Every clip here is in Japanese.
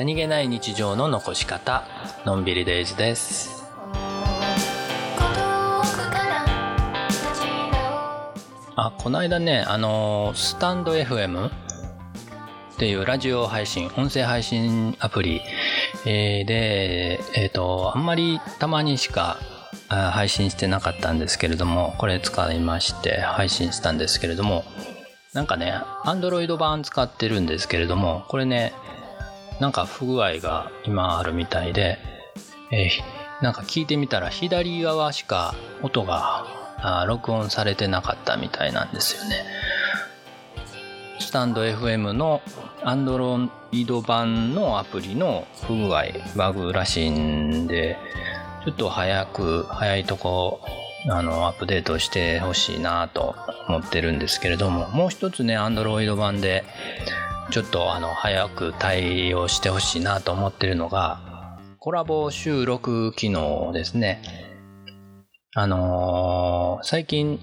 何気ない日常の残し方、のんびりデイズです。この間ね、スタンド FM っていうラジオ配信、音声配信アプリ、で、あんまりたまにしか配信してなかったんですけれども、これ使いまして配信したんですけれども、なんかね、Android 版使ってるんですけれども、これね、なんか不具合が今あるみたいで、なんか聞いてみたら左側しか音が録音されてなかったみたいなんですよね。スタンド FM の Android 版のアプリの不具合、バグらしいんで、ちょっと早いとこアップデートしてほしいなと思ってるんですけれども、もう一つね Android 版でちょっと早く対応してほしいなと思ってるのがコラボ収録機能ですね。最近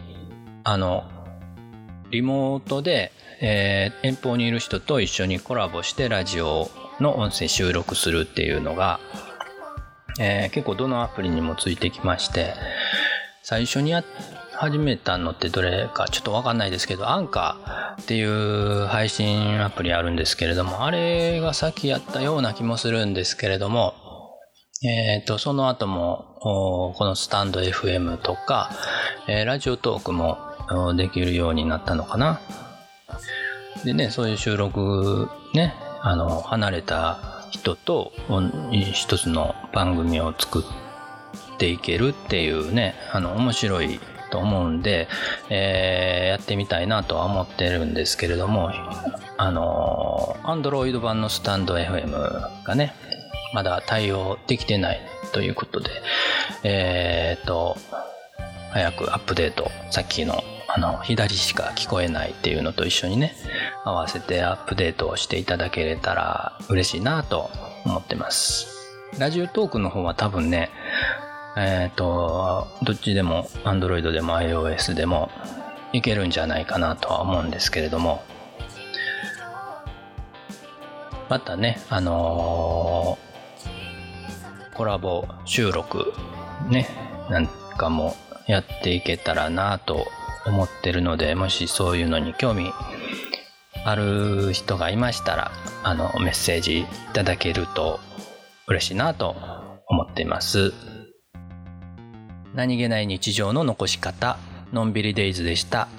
リモートで、遠方にいる人と一緒にコラボしてラジオの音声収録するっていうのが、結構どのアプリにもついてきまして、最初に始めたのってどれかちょっと分かんないですけど、アンカーっていう配信アプリあるんですけれども、あれが先やったような気もするんですけれども、その後もこのスタンド FM とか、ラジオトークもできるようになったのかな。でね、そういう収録ね、離れた人と一つの番組を作っていけるっていうね、面白いと思うんで、やってみたいなとは思ってるんですけれども、Android 版のスタンド FM がね、まだ対応できてないということで、早くアップデート、さっきの左しか聞こえないっていうのと一緒にね、合わせてアップデートをしていただけれたら嬉しいなと思ってます。ラジオトークの方は多分ね、どっちでも Android でも iOS でもいけるんじゃないかなとは思うんですけれども、またね、コラボ収録ね、なんかもやっていけたらなと思ってるので、もしそういうのに興味ある人がいましたらメッセージいただけると嬉しいなと思っています。何気ない日常の残し方、のんびりデイズでした。